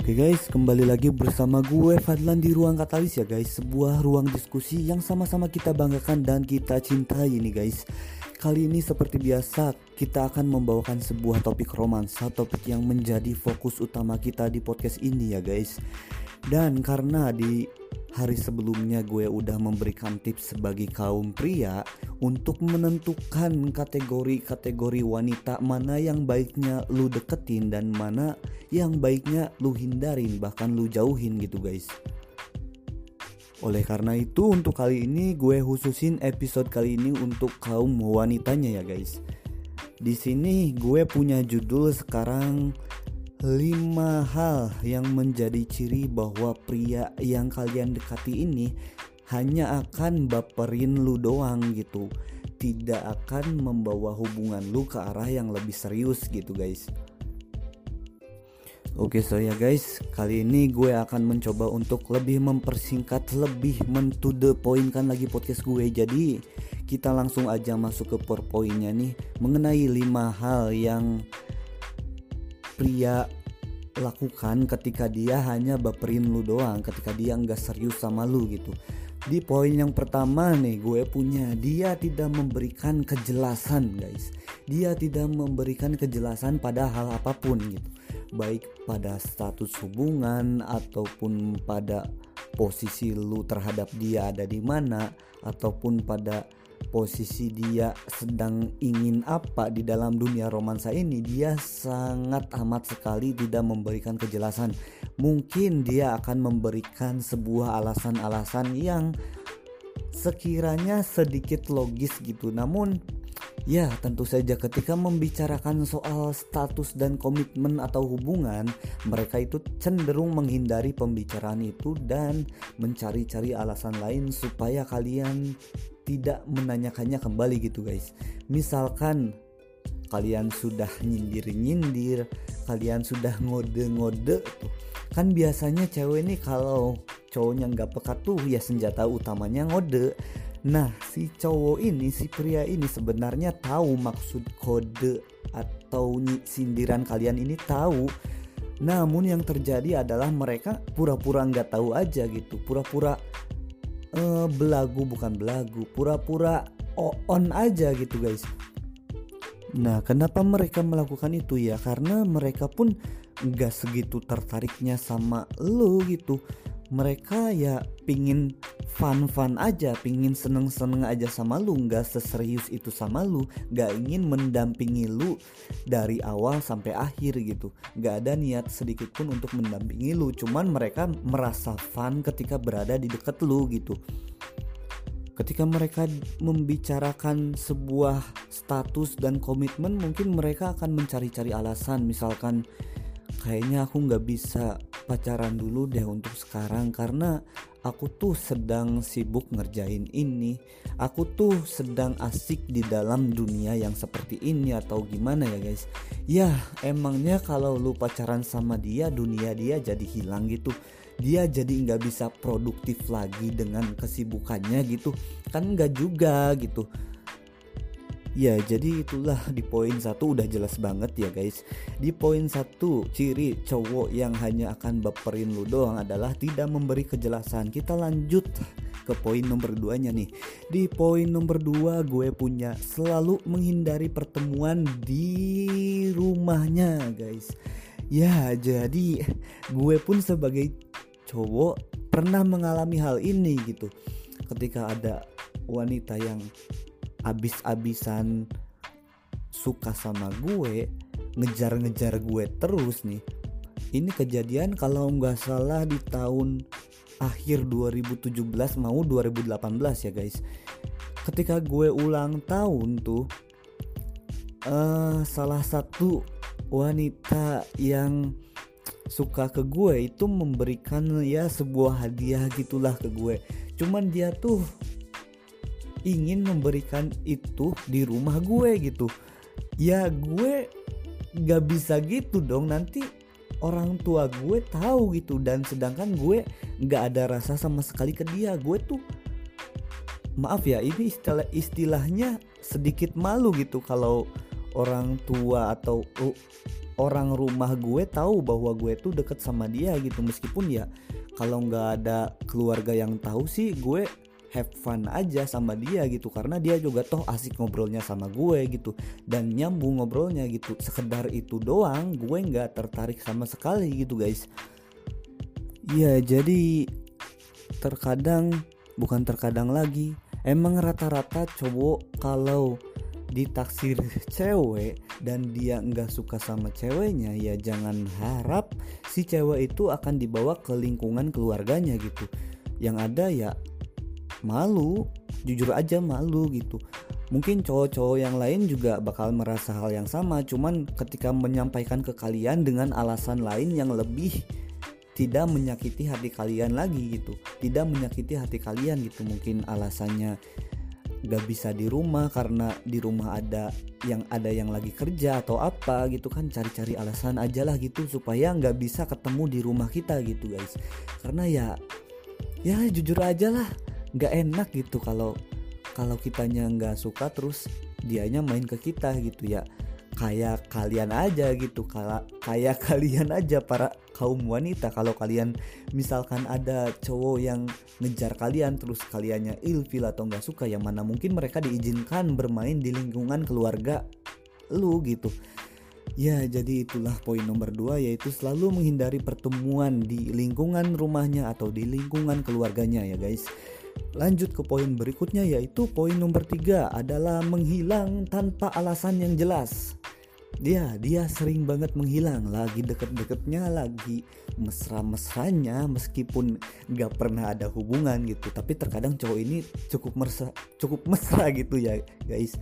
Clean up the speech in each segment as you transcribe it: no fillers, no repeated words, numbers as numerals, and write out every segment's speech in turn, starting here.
Oke guys, kembali lagi bersama gue Fadlan di Ruang Katalis ya guys. Sebuah ruang diskusi yang sama-sama kita banggakan dan kita cintai nih guys. Kali ini seperti biasa kita akan membawakan sebuah topik romansa, topik yang menjadi fokus utama kita di podcast ini ya guys. Dan karena di hari sebelumnya gue udah memberikan tips sebagai kaum pria untuk menentukan kategori-kategori wanita mana yang baiknya lu deketin dan mana yang baiknya lu hindarin, bahkan lu jauhin gitu guys. Oleh karena itu untuk kali ini gue khususin episode kali ini untuk kaum wanitanya ya guys. Di sini gue punya judul sekarang 5 hal yang menjadi ciri bahwa pria yang kalian dekati ini hanya akan baperin lu doang gitu, tidak akan membawa hubungan lu ke arah yang lebih serius gitu guys. Oke so ya guys, kali ini gue akan mencoba untuk lebih mempersingkat, lebih to the point kan lagi podcast gue. Jadi kita langsung aja masuk ke poinnya nih, mengenai 5 hal yang pria lakukan ketika dia hanya baperin lu doang, ketika dia nggak serius sama lu gitu. Di poin yang pertama nih gue punya, dia tidak memberikan kejelasan guys. Dia tidak memberikan kejelasan pada hal apapun gitu, baik pada status hubungan ataupun pada posisi lu terhadap dia ada di mana, ataupun pada posisi dia sedang ingin apa di dalam dunia romansa ini. Dia sangat amat sekali tidak memberikan kejelasan. Mungkin dia akan memberikan sebuah alasan-alasan yang sekiranya sedikit logis gitu, namun ya tentu saja ketika membicarakan soal status dan komitmen atau hubungan, mereka itu cenderung menghindari pembicaraan itu dan mencari-cari alasan lain supaya kalian tidak menanyakannya kembali gitu guys. Misalkan kalian sudah nyindir-nyindir, kalian sudah ngode-ngode tuh. Kan biasanya cewek nih kalau cowoknya gak peka tuh ya senjata utamanya ngode. Nah si cowok ini, si pria ini sebenarnya tahu maksud kode atau sindiran kalian ini tahu. Namun yang terjadi adalah mereka pura-pura gak tahu aja gitu, pura-pura pura-pura on aja gitu guys. Nah kenapa mereka melakukan itu ya, karena mereka pun gak segitu tertariknya sama lo gitu. Mereka ya pingin fun aja, pingin seneng aja sama lu, gak seserius itu sama lu, gak ingin mendampingi lu dari awal sampai akhir gitu. Gak ada niat sedikit pun untuk mendampingi lu, cuman mereka merasa fun ketika berada di deket lu gitu. Ketika mereka membicarakan sebuah status dan komitmen, mungkin mereka akan mencari-cari alasan. Misalkan kayaknya aku gak bisa pacaran dulu deh untuk sekarang karena aku tuh sedang sibuk ngerjain ini, aku tuh sedang asik di dalam dunia yang seperti ini, atau gimana ya guys. Ya emangnya kalau lu pacaran sama dia, dunia dia jadi hilang gitu, dia jadi gak bisa produktif lagi dengan kesibukannya gitu kan, gak juga gitu. Ya jadi itulah di poin 1 udah jelas banget ya guys. Di poin 1 ciri cowok yang hanya akan baperin lu doang adalah tidak memberi kejelasan. Kita lanjut ke poin nomor 2 nya nih. Di poin nomor 2 gue punya, selalu menghindari pertemuan di rumahnya guys. Ya jadi gue pun sebagai cowok pernah mengalami hal ini gitu. Ketika ada wanita yang abis-abisan suka sama gue, ngejar-ngejar gue terus nih. Ini kejadian kalau nggak salah di tahun akhir 2017 mau 2018 ya guys. Ketika gue ulang tahun tuh, salah satu wanita yang suka ke gue itu memberikan ya sebuah hadiah gitulah ke gue. Cuman dia tuh ingin memberikan itu di rumah gue gitu. Ya gue gak bisa gitu dong, nanti orang tua gue tahu gitu. Dan sedangkan gue gak ada rasa sama sekali ke dia. Gue tuh maaf ya, ini istilahnya sedikit malu gitu kalau orang tua atau orang rumah gue tahu bahwa gue tuh deket sama dia gitu. Meskipun ya kalau nggak ada keluarga yang tahu sih, gue have fun aja sama dia gitu, karena dia juga toh asik ngobrolnya sama gue gitu dan nyambung ngobrolnya gitu. Sekedar itu doang, gue nggak tertarik sama sekali gitu guys. Ya jadi bukan terkadang lagi, emang rata-rata cowok kalau ditaksir cewek dan dia nggak suka sama ceweknya, ya jangan harap si cewek itu akan dibawa ke lingkungan keluarganya gitu. Yang ada ya malu, jujur aja malu gitu. Mungkin cowok-cowok yang lain juga bakal merasa hal yang sama, cuman ketika menyampaikan ke kalian dengan alasan lain yang lebih tidak menyakiti hati kalian lagi gitu, tidak menyakiti hati kalian gitu. Mungkin alasannya gak bisa di rumah karena di rumah ada yang lagi kerja atau apa gitu kan, cari-cari alasan aja lah gitu supaya gak bisa ketemu di rumah kita gitu guys. Karena ya jujur aja lah, gak enak gitu kalau kitanya gak suka terus dianya main ke kita gitu ya. Kayak kalian aja gitu, kayak kalian aja para kaum wanita, kalau kalian misalkan ada cowok yang ngejar kalian terus kaliannya ilfil atau nggak suka, yang mana mungkin mereka diizinkan bermain di lingkungan keluarga lu gitu. Ya jadi itulah poin nomor 2, yaitu selalu menghindari pertemuan di lingkungan rumahnya atau di lingkungan keluarganya ya guys. Lanjut ke poin berikutnya, yaitu poin nomor 3 adalah menghilang tanpa alasan yang jelas. Dia sering banget menghilang, lagi deket-deketnya, lagi mesra-mesranya, meskipun gak pernah ada hubungan gitu, tapi terkadang cowok ini cukup mesra gitu ya guys.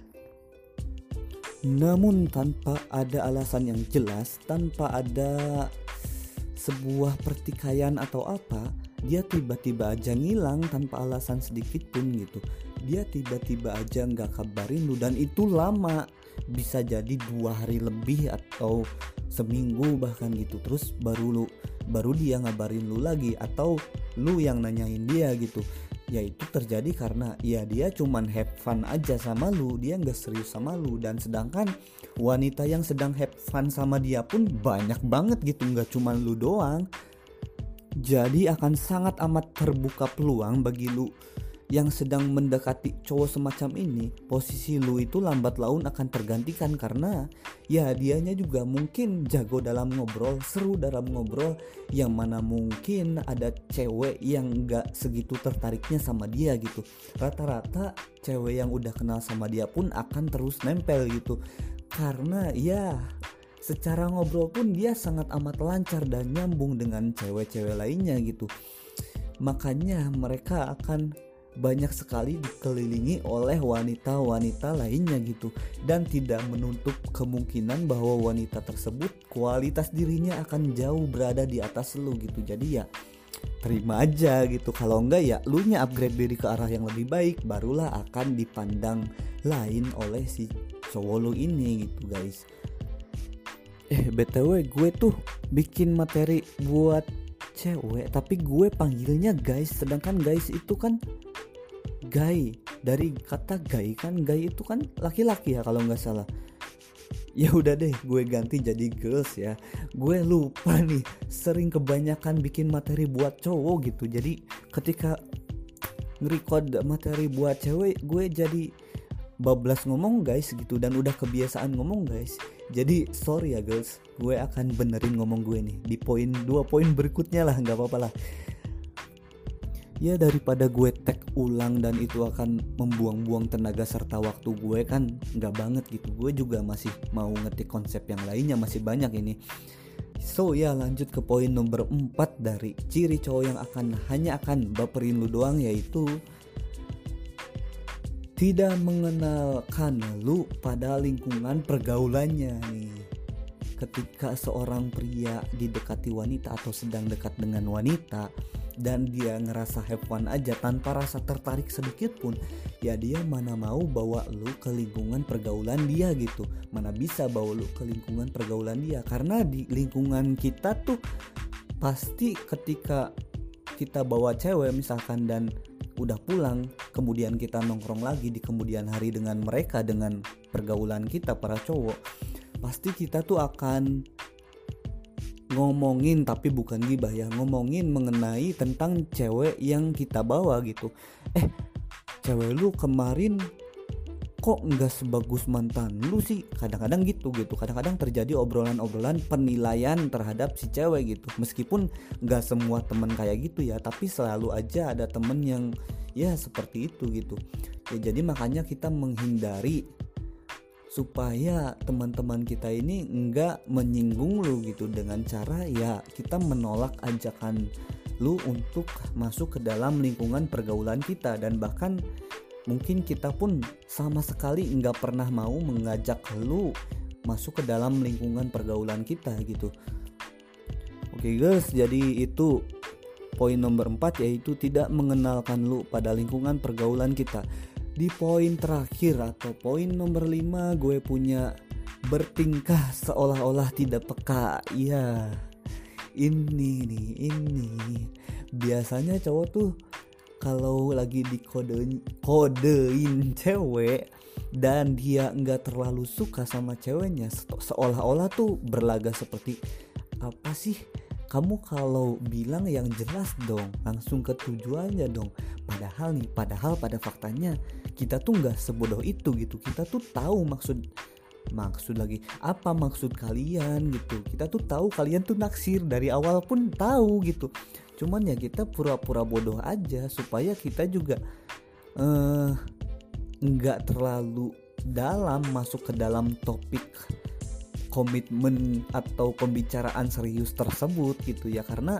Namun tanpa ada alasan yang jelas, tanpa ada sebuah pertikaian atau apa, dia tiba-tiba aja ngilang tanpa alasan sedikit pun gitu. Dia tiba-tiba aja gak kabarin lu, dan itu lama, bisa jadi 2 hari lebih atau seminggu bahkan gitu. Terus baru dia ngabarin lu lagi, atau lu yang nanyain dia gitu. Ya itu terjadi karena ya dia cuman have fun aja sama lu, dia gak serius sama lu. Dan sedangkan wanita yang sedang have fun sama dia pun banyak banget gitu, gak cuman lu doang. Jadi akan sangat amat terbuka peluang bagi lu yang sedang mendekati cowok semacam ini. Posisi lu itu lambat laun akan tergantikan, karena ya dianya juga mungkin jago dalam ngobrol, seru dalam ngobrol, yang mana mungkin ada cewek yang gak segitu tertariknya sama dia gitu. Rata-rata cewek yang udah kenal sama dia pun akan terus nempel gitu, karena ya secara ngobrol pun dia sangat amat lancar dan nyambung dengan cewek-cewek lainnya gitu. Makanya mereka akan banyak sekali dikelilingi oleh wanita-wanita lainnya gitu, dan tidak menutup kemungkinan bahwa wanita tersebut kualitas dirinya akan jauh berada di atas lu gitu. Jadi ya terima aja gitu, kalau enggak ya lu nya upgrade diri ke arah yang lebih baik, barulah akan dipandang lain oleh si cowok lu ini gitu guys. BTW gue tuh bikin materi buat cewek tapi gue panggilnya guys, sedangkan guys itu kan guy, dari kata guy kan, guy itu kan laki-laki ya kalau nggak salah. Ya udah deh, gue ganti jadi girls ya. Gue lupa nih, sering kebanyakan bikin materi buat cowok gitu. Jadi ketika nge-record materi buat cewek, gue jadi bablas ngomong guys gitu, dan udah kebiasaan ngomong guys. Jadi sorry ya girls, gue akan benerin ngomong gue nih di 2 poin berikutnya lah, nggak apa-apa lah. Ya daripada gue tag ulang dan itu akan membuang-buang tenaga serta waktu gue kan nggak banget gitu. Gue juga masih mau ngetik konsep yang lainnya, masih banyak ini. So ya lanjut ke poin nomor 4 dari ciri cowok yang hanya akan baperin lu doang, yaitu tidak mengenalkan lu pada lingkungan pergaulannya nih. Ketika seorang pria didekati wanita atau sedang dekat dengan wanita dan dia ngerasa have fun aja tanpa rasa tertarik sedikit pun, ya dia mana mau bawa lu ke lingkungan pergaulan dia gitu. Mana bisa bawa lu ke lingkungan pergaulan dia, karena di lingkungan kita tuh pasti ketika kita bawa cewek misalkan dan udah pulang, kemudian kita nongkrong lagi di kemudian hari dengan mereka dengan pergaulan kita para cowok, pasti kita tuh akan ngomongin, tapi bukan gibah ya, ngomongin mengenai tentang cewek yang kita bawa gitu. Cewek lu kemarin kok nggak sebagus mantan lu sih, kadang-kadang gitu. Kadang-kadang terjadi obrolan-obrolan penilaian terhadap si cewek gitu. Meskipun nggak semua temen kayak gitu ya, tapi selalu aja ada temen yang ya seperti itu gitu ya. Jadi makanya kita menghindari supaya teman-teman kita ini enggak menyinggung lu gitu, dengan cara ya kita menolak ajakan lu untuk masuk ke dalam lingkungan pergaulan kita. Dan bahkan mungkin kita pun sama sekali enggak pernah mau mengajak lu masuk ke dalam lingkungan pergaulan kita gitu. Oke guys, jadi itu poin nomor 4, yaitu tidak mengenalkan lu pada lingkungan pergaulan kita. Di poin terakhir atau poin nomor 5, gue punya bertingkah seolah-olah tidak peka. Ya, ini biasanya cowok tuh kalau lagi dikodein cewek dan dia nggak terlalu suka sama ceweknya, seolah-olah tuh berlaga seperti, apa sih kamu kalau bilang yang jelas dong, langsung ke tujuannya dong. Padahal pada faktanya kita tuh nggak sebodoh itu gitu. Kita tuh tahu maksud lagi apa maksud kalian gitu. Kita tuh tahu kalian tuh naksir dari awal pun tahu gitu. Cuman ya kita pura-pura bodoh aja supaya kita juga nggak terlalu dalam masuk ke dalam topik komitmen atau pembicaraan serius tersebut gitu ya. Karena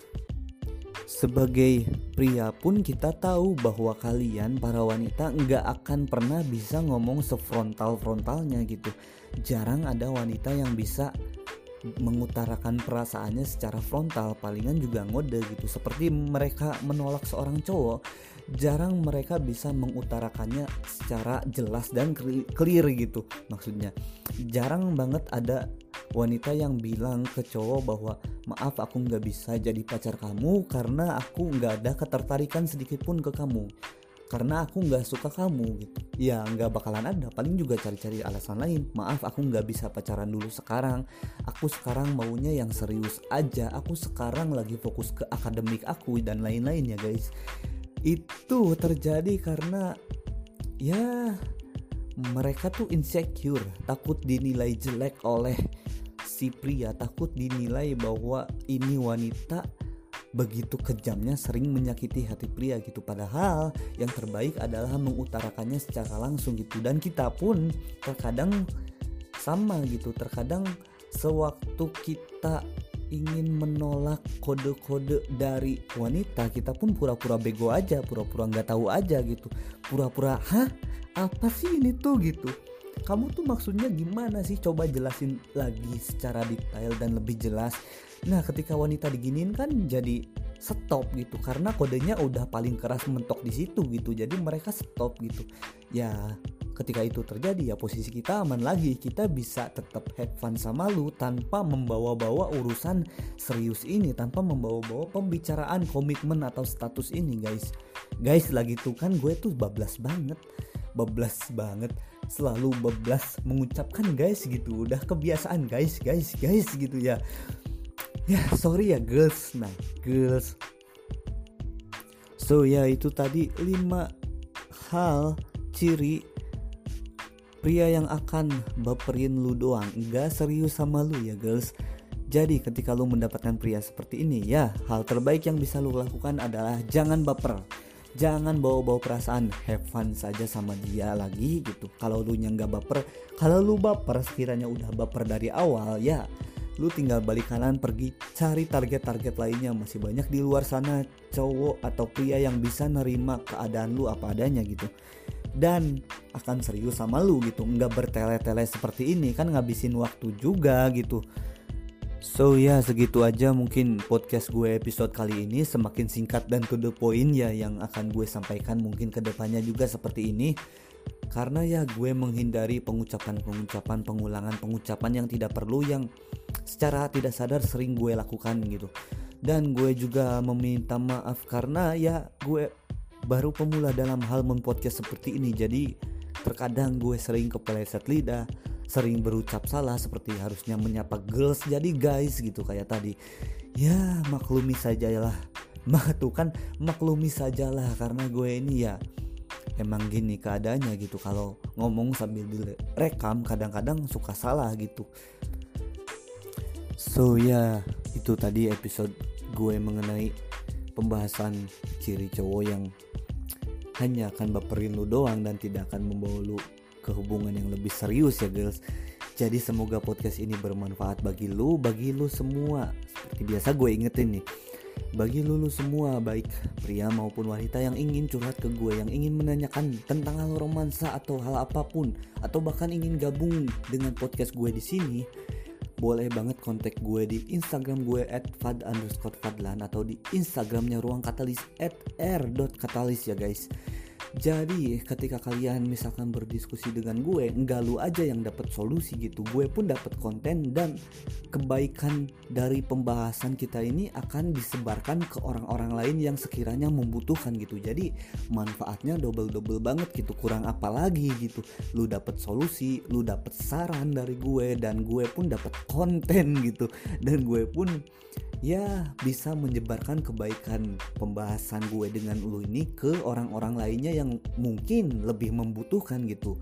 sebagai pria pun kita tahu bahwa kalian para wanita nggak akan pernah bisa ngomong sefrontalnya gitu. Jarang ada wanita yang bisa mengutarakan perasaannya secara frontal, palingan juga ngode gitu. Seperti mereka menolak seorang cowok, jarang mereka bisa mengutarakannya secara jelas dan clear gitu. Maksudnya jarang banget ada wanita yang bilang ke cowok bahwa maaf aku gak bisa jadi pacar kamu karena aku gak ada ketertarikan sedikit pun ke kamu, karena aku gak suka kamu gitu. Ya gak bakalan ada, paling juga cari-cari alasan lain. Maaf aku gak bisa pacaran dulu sekarang, aku sekarang maunya yang serius aja, aku sekarang lagi fokus ke akademik aku dan lain-lain ya guys. Itu terjadi karena ya mereka tuh insecure, takut dinilai jelek oleh si pria, takut dinilai bahwa ini wanita begitu kejamnya sering menyakiti hati pria gitu. Padahal yang terbaik adalah mengutarakannya secara langsung gitu. Dan kita pun terkadang sama gitu, terkadang sewaktu kita ingin menolak kode-kode dari wanita, kita pun pura-pura bego aja, pura-pura gak tahu aja gitu, pura-pura hah apa sih ini tuh gitu, kamu tuh maksudnya gimana sih, coba jelasin lagi secara detail dan lebih jelas. Nah ketika wanita diginiin kan jadi stop gitu, karena kodenya udah paling keras mentok di situ gitu, jadi mereka stop gitu. Ya ketika itu terjadi ya posisi kita aman lagi, kita bisa tetap have fun sama lu tanpa membawa-bawa urusan serius ini, tanpa membawa-bawa pembicaraan komitmen atau status ini guys lagi tuh kan gue tuh bablas banget, selalu bablas mengucapkan guys gitu, udah kebiasaan guys gitu ya. Ya sorry ya girls. Nah girls, so ya itu tadi 5 hal ciri pria yang akan baperin lu doang, gak serius sama lu ya girls. Jadi ketika lu mendapatkan pria seperti ini ya, hal terbaik yang bisa lu lakukan adalah jangan baper, jangan bawa-bawa perasaan, have fun saja sama dia lagi gitu. Kalau lu nya gak baper, kalau lu baper sekiranya udah baper dari awal ya, lu tinggal balik kanan pergi cari target-target lainnya. Masih banyak di luar sana cowok atau pria yang bisa nerima keadaan lu apa adanya gitu, dan akan serius sama lu gitu, nggak bertele-tele seperti ini kan, ngabisin waktu juga gitu. So ya segitu aja mungkin podcast gue episode kali ini, semakin singkat dan to the point ya yang akan gue sampaikan. Mungkin kedepannya juga seperti ini, karena ya gue menghindari pengulangan pengucapan yang tidak perlu, yang secara tidak sadar sering gue lakukan gitu. Dan gue juga meminta maaf karena ya gue baru pemula dalam hal mempodcast seperti ini, jadi Terkadang gue sering kepeleset lidah, sering berucap salah seperti harusnya menyapa girls jadi guys gitu kayak tadi. Ya maklumi sajalah. Tuh kan maklumi sajalah karena gue ini ya emang gini keadaannya gitu. Kalau ngomong sambil direkam kadang-kadang suka salah gitu. So ya itu tadi episode gue mengenai pembahasan ciri cowok yang hanya akan baperin lu doang dan tidak akan membawa lu ke hubungan yang lebih serius ya girls. Jadi semoga podcast ini bermanfaat bagi lu semua. Seperti biasa gue ingetin nih, bagi lu semua baik pria maupun wanita yang ingin curhat ke gue, yang ingin menanyakan tentang hal romansa atau hal apapun, atau bahkan ingin gabung dengan podcast gue di sini, boleh banget kontak gue di Instagram gue @fad_fadlan atau di Instagramnya Ruang Katalis @r.katalis ya guys. Jadi ketika kalian misalkan berdiskusi dengan gue, enggak lu aja yang dapat solusi gitu, gue pun dapat konten dan kebaikan dari pembahasan kita ini akan disebarkan ke orang-orang lain yang sekiranya membutuhkan gitu. Jadi manfaatnya double banget gitu, kurang apa lagi gitu. Lu dapat solusi, lu dapat saran dari gue dan gue pun dapat konten gitu. Dan gue pun ya bisa menyebarkan kebaikan pembahasan gue dengan lu ini ke orang-orang lainnya yang mungkin lebih membutuhkan gitu.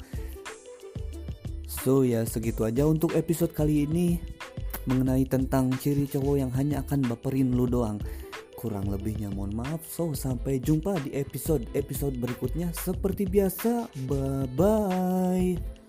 So ya segitu aja untuk episode kali ini mengenai tentang ciri cowok yang hanya akan baperin lu doang. Kurang lebihnya mohon maaf. So sampai jumpa di episode berikutnya. Seperti biasa, bye bye.